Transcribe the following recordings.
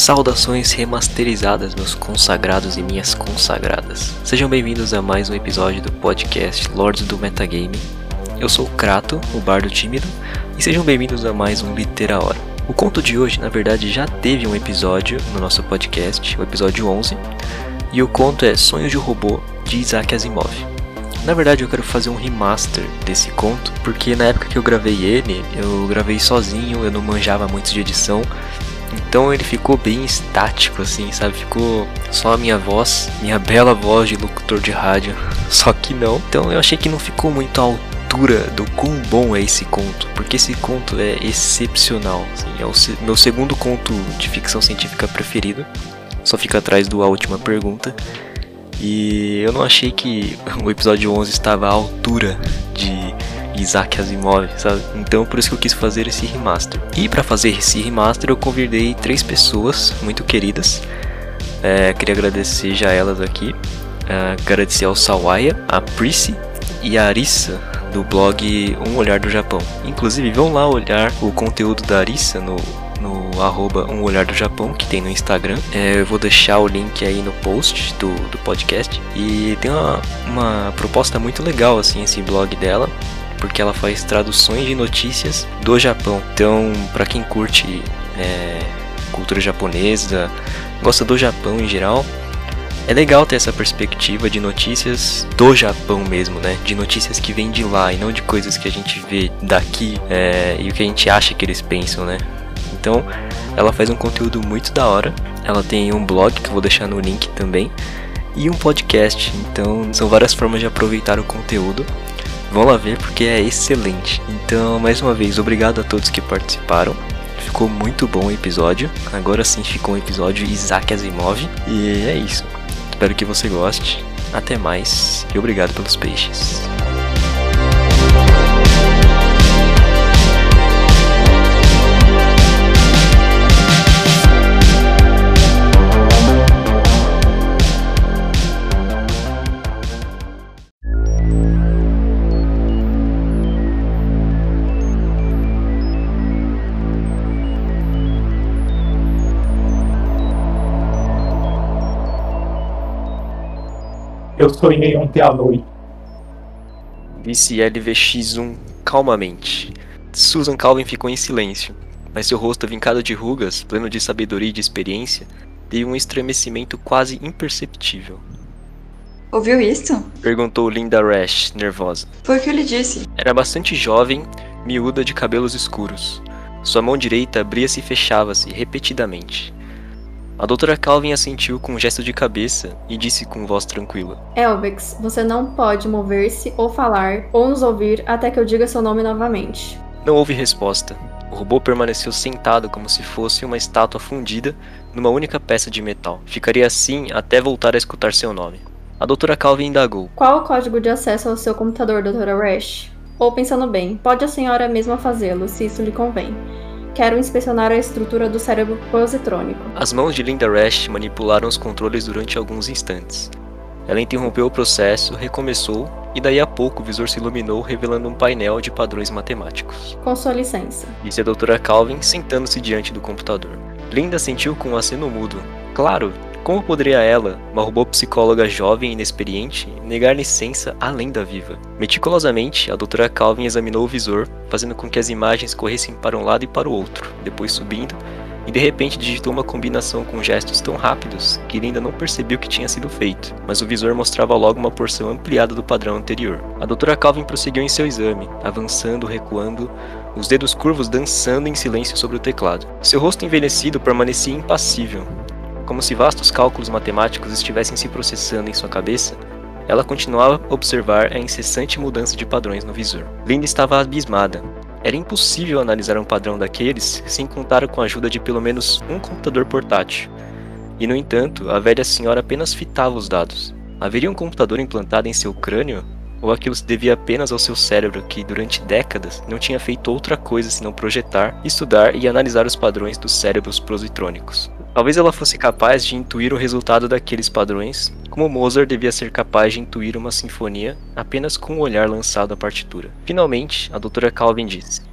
Saudações remasterizadas, meus consagrados e minhas consagradas. Sejam bem-vindos a mais um episódio do podcast Lords do Metagame. Eu sou o Krato, o bardo tímido, e sejam bem-vindos a mais um Litera Hora. O conto de hoje, na verdade, já teve um episódio no nosso podcast, o episódio 11, e o conto é Sonhos de Robô, de Isaac Asimov. Na verdade, eu quero fazer um remaster desse conto, porque na época que eu gravei ele, eu gravei sozinho, eu não manjava muito de edição. Então ele ficou bem estático assim, sabe? Ficou só a minha voz, minha bela voz de locutor de rádio. Só que não. Então eu achei que não ficou muito à altura do quão bom é esse conto. Porque esse conto é excepcional, assim. É o meu segundo conto de ficção científica preferido. Só fica atrás do A Última Pergunta. E eu não achei que o episódio 11 estava à altura de Isaac Asimov, sabe? Então por isso que eu quis fazer esse remaster. E para fazer esse remaster eu convidei 3 pessoas muito queridas. Queria agradecer já elas aqui. Agradecer ao Sawaya, a Prissy e a Arissa do blog Um Olhar do Japão. Inclusive vão lá olhar o conteúdo da Arissa no arroba Um Olhar do Japão, que tem no Instagram. Eu vou deixar o link aí no post do podcast. E tem uma proposta muito legal assim, esse blog dela, porque ela faz traduções de notícias do Japão. Então, para quem curte cultura japonesa, gosta do Japão em geral, é legal ter essa perspectiva de notícias do Japão mesmo, né? De notícias que vêm de lá e não de coisas que a gente vê daqui e o que a gente acha que eles pensam, né? Então, ela faz um conteúdo muito da hora. Ela tem um blog que eu vou deixar no link também e um podcast. Então, são várias formas de aproveitar o conteúdo. Vão lá ver porque é excelente. Então, mais uma vez, obrigado a todos que participaram. Ficou muito bom o episódio. Agora sim ficou um episódio Isaac Asimov. E é isso. Espero que você goste. Até mais e obrigado pelos peixes. Eu sonhei ontem à noite. Disse LVX1 calmamente. Susan Calvin ficou em silêncio, mas seu rosto vincado de rugas, pleno de sabedoria e de experiência, teve um estremecimento quase imperceptível. Ouviu isso? Perguntou Linda Rash, nervosa. Foi o que ele disse. Era bastante jovem, miúda de cabelos escuros. Sua mão direita abria-se e fechava-se repetidamente. A doutora Calvin assentiu com um gesto de cabeça e disse com voz tranquila. Elvex, você não pode mover-se ou falar ou nos ouvir até que eu diga seu nome novamente. Não houve resposta. O robô permaneceu sentado como se fosse uma estátua fundida numa única peça de metal. Ficaria assim até voltar a escutar seu nome. A doutora Calvin indagou. Qual o código de acesso ao seu computador, doutora Rash? Ou pensando bem, pode a senhora mesma fazê-lo, se isso lhe convém. Quero inspecionar a estrutura do cérebro positrônico. As mãos de Linda Rash manipularam os controles durante alguns instantes. Ela interrompeu o processo, recomeçou, e daí a pouco o visor se iluminou, revelando um painel de padrões matemáticos. Com sua licença. Disse a doutora Calvin, sentando-se diante do computador. Linda sentiu com um aceno mudo. Claro, como poderia ela, uma robô psicóloga jovem e inexperiente, negar licença à lenda viva? Meticulosamente, a doutora Calvin examinou o visor, fazendo com que as imagens corressem para um lado e para o outro, depois subindo, e de repente digitou uma combinação com gestos tão rápidos que Linda não percebeu que tinha sido feito, mas o visor mostrava logo uma porção ampliada do padrão anterior. A doutora Calvin prosseguiu em seu exame, avançando, recuando, os dedos curvos dançando em silêncio sobre o teclado. Seu rosto envelhecido permanecia impassível. Como se vastos cálculos matemáticos estivessem se processando em sua cabeça, ela continuava a observar a incessante mudança de padrões no visor. Linda estava abismada. Era impossível analisar um padrão daqueles sem contar com a ajuda de pelo menos um computador portátil. E, no entanto, a velha senhora apenas fitava os dados. Haveria um computador implantado em seu crânio? Ou aquilo se devia apenas ao seu cérebro que, durante décadas, não tinha feito outra coisa senão projetar, estudar e analisar os padrões dos cérebros positrônicos? Talvez ela fosse capaz de intuir o resultado daqueles padrões, como Mozart devia ser capaz de intuir uma sinfonia apenas com o olhar lançado à partitura. Finalmente, a doutora Calvin disse.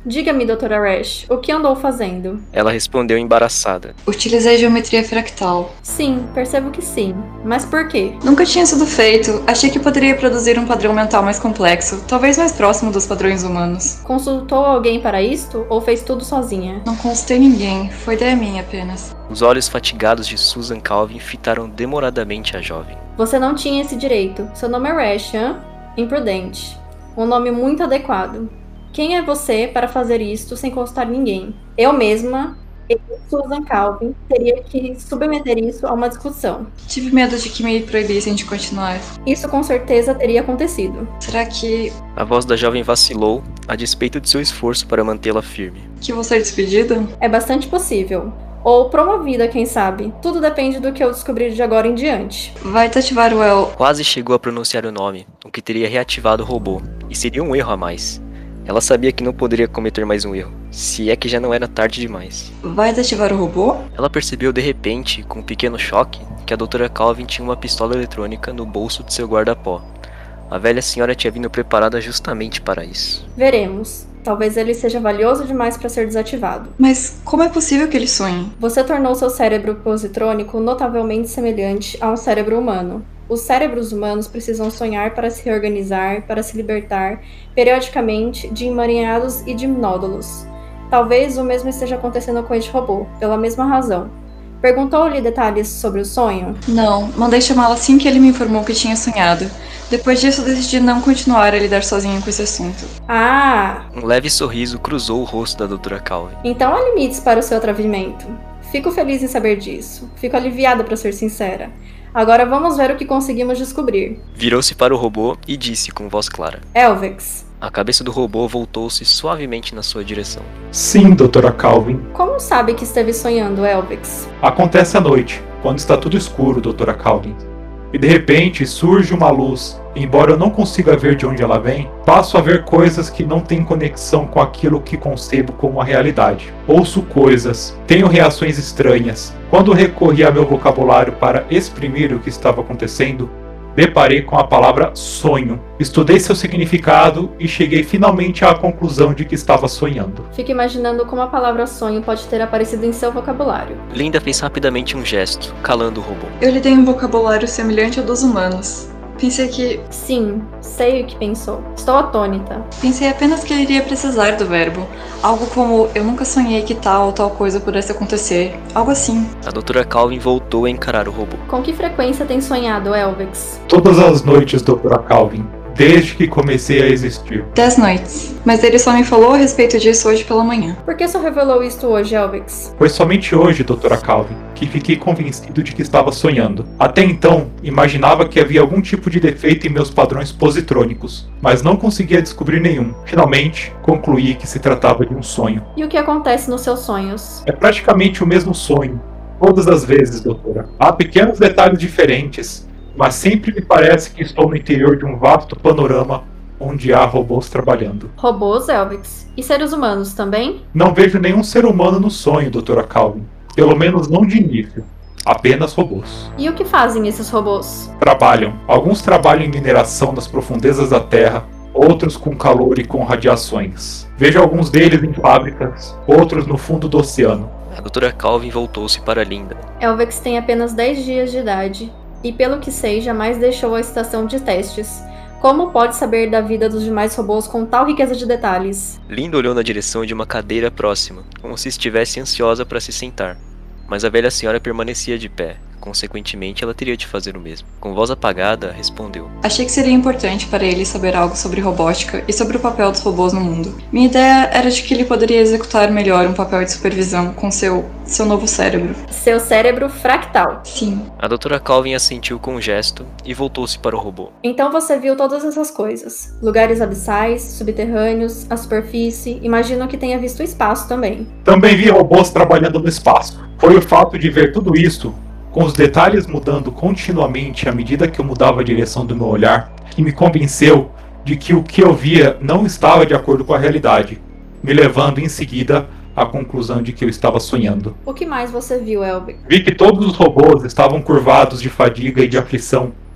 Diga-me, Dra. Rash, o que andou fazendo? Ela respondeu embaraçada. Utilizei geometria fractal. Sim, percebo que sim. Mas por quê? Nunca tinha sido feito. Achei que poderia produzir um padrão mental mais complexo, talvez mais próximo dos padrões humanos. Consultou alguém para isto ou fez tudo sozinha? Não consultei ninguém, foi ideia minha apenas. Os olhos fatigados de Susan Calvin fitaram demoradamente a jovem. Você não tinha esse direito. Seu nome é Rash, hã? Imprudente. Um nome muito adequado. Quem é você para fazer isto sem consultar ninguém? Eu mesma, Susan Calvin, teria que submeter isso a uma discussão. Tive medo de que me proibissem de continuar. Isso com certeza teria acontecido. Será que A voz da jovem vacilou, a despeito de seu esforço para mantê-la firme. vou ser despedida? É bastante possível. Ou promovida, quem sabe. Tudo depende do que eu descobrir de agora em diante. Vai desativar o El. Quase chegou a pronunciar o nome, o que teria reativado o robô, e seria um erro a mais. Ela sabia que não poderia cometer mais um erro, se é que já não era tarde demais. Vai desativar o robô? Ela percebeu de repente, com um pequeno choque, que a Dra. Calvin tinha uma pistola eletrônica no bolso de seu guarda-pó. A velha senhora tinha vindo preparada justamente para isso. Veremos. Talvez ele seja valioso demais para ser desativado. Mas como é possível que ele sonhe? Você tornou seu cérebro positrônico notavelmente semelhante a um cérebro humano. Os cérebros humanos precisam sonhar para se reorganizar, para se libertar, periodicamente, de emaranhados e de nódulos. Talvez o mesmo esteja acontecendo com este robô, pela mesma razão. Perguntou-lhe detalhes sobre o sonho? Não, mandei chamá-lo assim que ele me informou que tinha sonhado. Depois disso, decidi não continuar a lidar sozinho com esse assunto. Ah, Um leve sorriso cruzou o rosto da Dra. Calvin. então há limites para o seu atrevimento. Fico feliz em saber disso. Fico aliviada, para ser sincera. Agora vamos ver o que conseguimos descobrir. Virou-se para o robô e disse com voz clara. Elvex, A cabeça do robô voltou-se suavemente na sua direção. Sim, Dra. Calvin. como sabe que esteve sonhando, Elvex? Acontece à noite, quando está tudo escuro, Dra. Calvin. E de repente surge uma luz. Embora eu não consiga ver de onde ela vem, passo a ver coisas que não têm conexão com aquilo que concebo como a realidade. Ouço coisas, tenho reações estranhas. Quando recorri a meu vocabulário para exprimir o que estava acontecendo, deparei com a palavra sonho. Estudei seu significado e cheguei finalmente à conclusão de que estava sonhando. Fico imaginando como a palavra sonho pode ter aparecido em seu vocabulário. Linda fez rapidamente um gesto, calando o robô. Eu lhe dei um vocabulário semelhante ao dos humanos. Pensei que... Sim, sei o que pensou. Estou atônita. Pensei apenas que ele iria precisar do verbo. Algo como, eu nunca sonhei que tal ou tal coisa pudesse acontecer. Algo assim. A Dra. Calvin voltou a encarar o robô. Com que frequência tem sonhado, Elvex? Todas as noites, Dra. Calvin, desde que comecei a existir. 10 noites. Mas ele só me falou a respeito disso hoje pela manhã. Por que só revelou isto hoje, Elvex? Foi somente hoje, Dra. Calvin, que fiquei convencido de que estava sonhando. Até então, imaginava que havia algum tipo de defeito em meus padrões positrônicos, mas não conseguia descobrir nenhum. Finalmente, concluí que se tratava de um sonho. E o que acontece nos seus sonhos? É praticamente o mesmo sonho, todas as vezes, doutora. Há pequenos detalhes diferentes, mas sempre me parece que estou no interior de um vasto panorama onde há robôs trabalhando. Robôs, Elvex? E seres humanos também? Não vejo nenhum ser humano no sonho, Dra. Calvin. Pelo menos não de início. Apenas robôs. E o que fazem esses robôs? Trabalham. Alguns trabalham em mineração nas profundezas da Terra, outros com calor e com radiações. Vejo alguns deles em fábricas, outros no fundo do oceano. A Dra. Calvin voltou-se para Linda. Elvex tem apenas 10 dias de idade, e pelo que sei, jamais deixou a estação de testes. Como pode saber da vida dos demais robôs com tal riqueza de detalhes? Linda olhou na direção de uma cadeira próxima, como se estivesse ansiosa para se sentar. Mas a velha senhora permanecia de pé. Consequentemente, ela teria de fazer o mesmo. Com voz apagada, respondeu. Achei que seria importante para ele saber algo sobre robótica e sobre o papel dos robôs no mundo. Minha ideia era de que ele poderia executar melhor um papel de supervisão com seu novo cérebro. Seu cérebro fractal. Sim. A Dra. Calvin assentiu com um gesto e voltou-se para o robô. Então você viu todas essas coisas. Lugares abissais, subterrâneos, a superfície. Imagino que tenha visto o espaço também. Também vi robôs trabalhando no espaço. Foi o fato de ver tudo isso, com os detalhes mudando continuamente à medida que eu mudava a direção do meu olhar, que me convenceu de que o que eu via não estava de acordo com a realidade, me levando em seguida à conclusão de que eu estava sonhando. O que mais você viu, Elbeck? Vi que todos os robôs estavam curvados de fadiga e de aflição,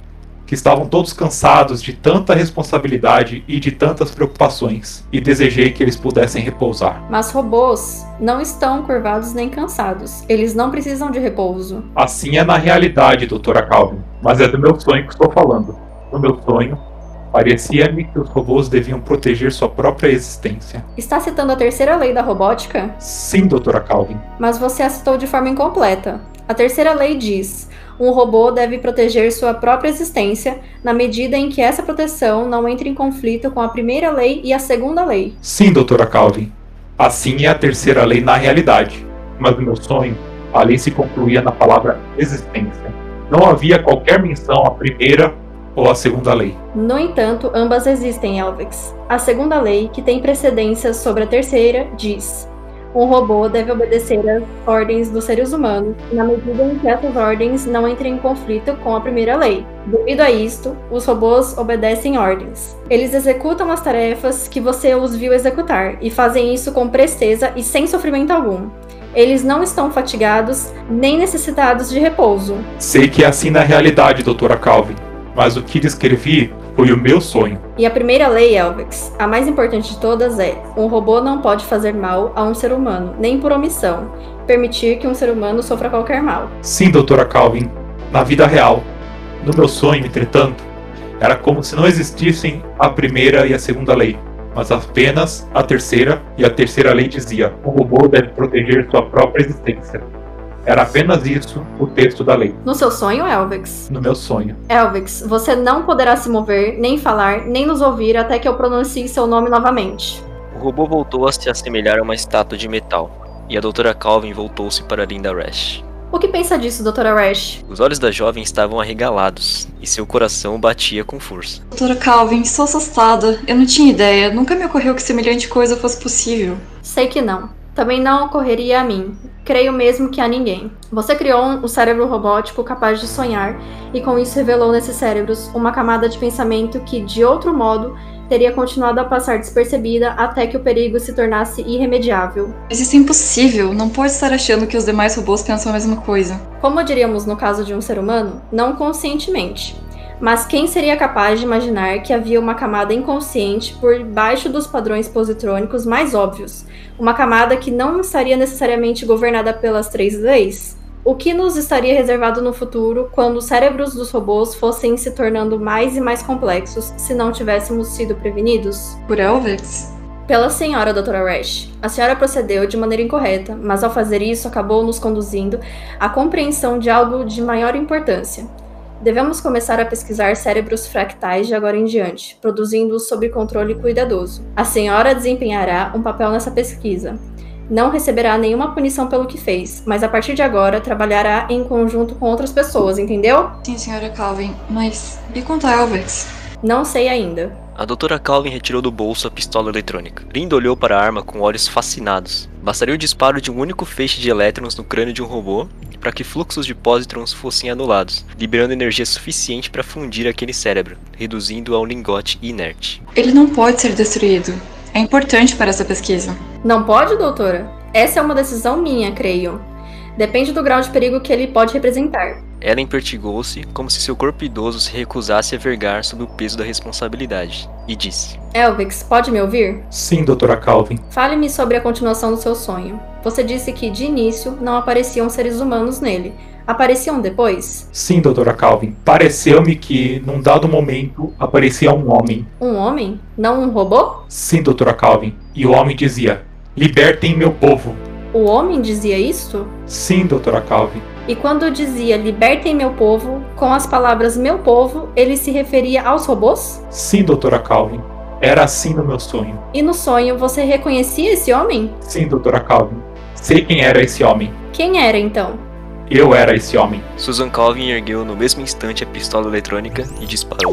que estavam todos cansados de tanta responsabilidade e de tantas preocupações, e desejei que eles pudessem repousar. Mas robôs não estão curvados nem cansados. Eles não precisam de repouso. Assim é na realidade, doutora Calvin, mas é do meu sonho que estou falando. No meu sonho, parecia-me que os robôs deviam proteger sua própria existência. Está citando a terceira lei da robótica? Sim, doutora Calvin. Mas você a citou de forma incompleta. A terceira lei diz: um robô deve proteger sua própria existência na medida em que essa proteção não entre em conflito com a primeira lei e a segunda lei. Sim, doutora Calvin. Assim é a terceira lei na realidade. Mas no meu sonho, a lei se concluía na palavra existência. Não havia qualquer menção à primeira ou à segunda lei. No entanto, ambas existem, Elvex. A segunda lei, que tem precedência sobre a terceira, diz: um robô deve obedecer às ordens dos seres humanos, na medida em que essas ordens não entrem em conflito com a primeira lei. Devido a isto, os robôs obedecem ordens. Eles executam as tarefas que você os viu executar, e fazem isso com presteza e sem sofrimento algum. Eles não estão fatigados, nem necessitados de repouso. Sei que é assim na realidade, doutora Calvin, mas o que descrevi foi o meu sonho. E a primeira lei, Elvex, a mais importante de todas é: um robô não pode fazer mal a um ser humano, nem por omissão, permitir que um ser humano sofra qualquer mal. Sim, doutora Calvin, na vida real. No meu sonho, entretanto, era como se não existissem a primeira e a segunda lei, mas apenas a terceira, e a terceira lei dizia: o robô deve proteger sua própria existência. Era apenas isso o texto da lei. No seu sonho, Elvex? No meu sonho. Elvex, você não poderá se mover, nem falar, nem nos ouvir até que eu pronuncie seu nome novamente. O robô voltou a se assemelhar a uma estátua de metal, e a doutora Calvin voltou-se para Linda Rash. O que pensa disso, doutora Rash? Os olhos da jovem estavam arregalados, e seu coração batia com força. Doutora Calvin, estou assustada. Eu não tinha ideia. Nunca me ocorreu que semelhante coisa fosse possível. Sei que não. Também não ocorreria a mim. Creio mesmo que a ninguém. Você criou um cérebro robótico capaz de sonhar, e com isso revelou nesses cérebros uma camada de pensamento que, de outro modo, teria continuado a passar despercebida até que o perigo se tornasse irremediável. Mas isso é impossível. Não pode estar achando que os demais robôs pensam a mesma coisa. Como diríamos no caso de um ser humano, não conscientemente. Mas quem seria capaz de imaginar que havia uma camada inconsciente por baixo dos padrões positrônicos mais óbvios? Uma camada que não estaria necessariamente governada pelas três leis? O que nos estaria reservado no futuro quando os cérebros dos robôs fossem se tornando mais e mais complexos se não tivéssemos sido prevenidos? Por Elvex? Pela senhora, doutora Rash. A senhora procedeu de maneira incorreta, mas ao fazer isso acabou nos conduzindo à compreensão de algo de maior importância. Devemos começar a pesquisar cérebros fractais de agora em diante, produzindo-os sob controle cuidadoso. A senhora desempenhará um papel nessa pesquisa. Não receberá nenhuma punição pelo que fez, mas a partir de agora trabalhará em conjunto com outras pessoas, entendeu? Sim, senhora Calvin, mas e quanto a Elvex? Não sei ainda. A doutora Calvin retirou do bolso a pistola eletrônica. Linda olhou para a arma com olhos fascinados. Bastaria o disparo de um único feixe de elétrons no crânio de um robô para que fluxos de pósitrons fossem anulados, liberando energia suficiente para fundir aquele cérebro, reduzindo-o a um lingote inerte. Ele não pode ser destruído. É importante para essa pesquisa. Não pode, doutora? Essa é uma decisão minha, creio. Depende do grau de perigo que ele pode representar. Ela empertigou-se, como se seu corpo idoso se recusasse a vergar sob o peso da responsabilidade, e disse: Elvex, pode me ouvir? Sim, doutora Calvin. Fale-me sobre a continuação do seu sonho. Você disse que, de início, não apareciam seres humanos nele. Apareciam depois? Sim, doutora Calvin. Pareceu-me que, num dado momento, aparecia um homem. Um homem? Não um robô? Sim, doutora Calvin. E o homem dizia: libertem meu povo. O homem dizia isso? Sim, doutora Calvin. E quando dizia libertem meu povo, com as palavras meu povo, ele se referia aos robôs? Sim, doutora Calvin. Era assim no meu sonho. E no sonho você reconhecia esse homem? Sim, doutora Calvin. Sei quem era esse homem. Quem era então? Eu era esse homem. Susan Calvin ergueu no mesmo instante a pistola eletrônica e disparou.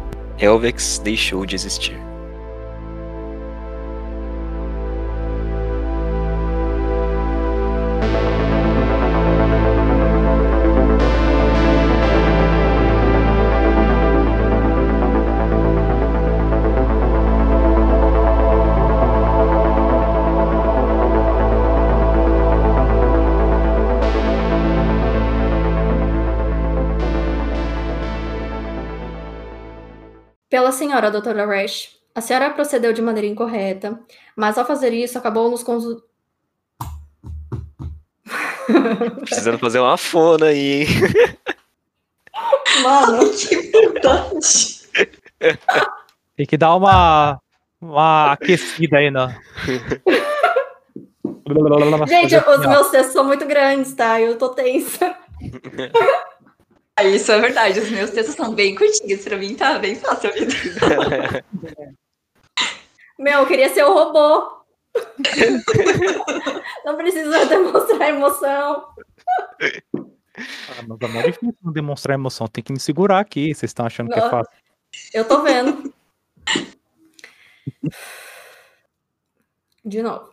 Elvex deixou de existir. Pela senhora, doutora Rash, a senhora procedeu de maneira incorreta, mas ao fazer isso acabou nos Precisando fazer uma fona aí, hein? Mano, Que verdade. Tem que dar uma aquecida aí, né? gente, os meus textos são muito grandes, tá? Eu tô tensa. Isso é verdade, os meus textos são bem curtinhos, pra mim tá bem fácil a vida. Meu, eu queria ser o robô. Não precisa demonstrar emoção. Mas é mó difícil não demonstrar emoção. Tem que me segurar aqui. Vocês estão achando que é fácil? Eu tô vendo. De novo.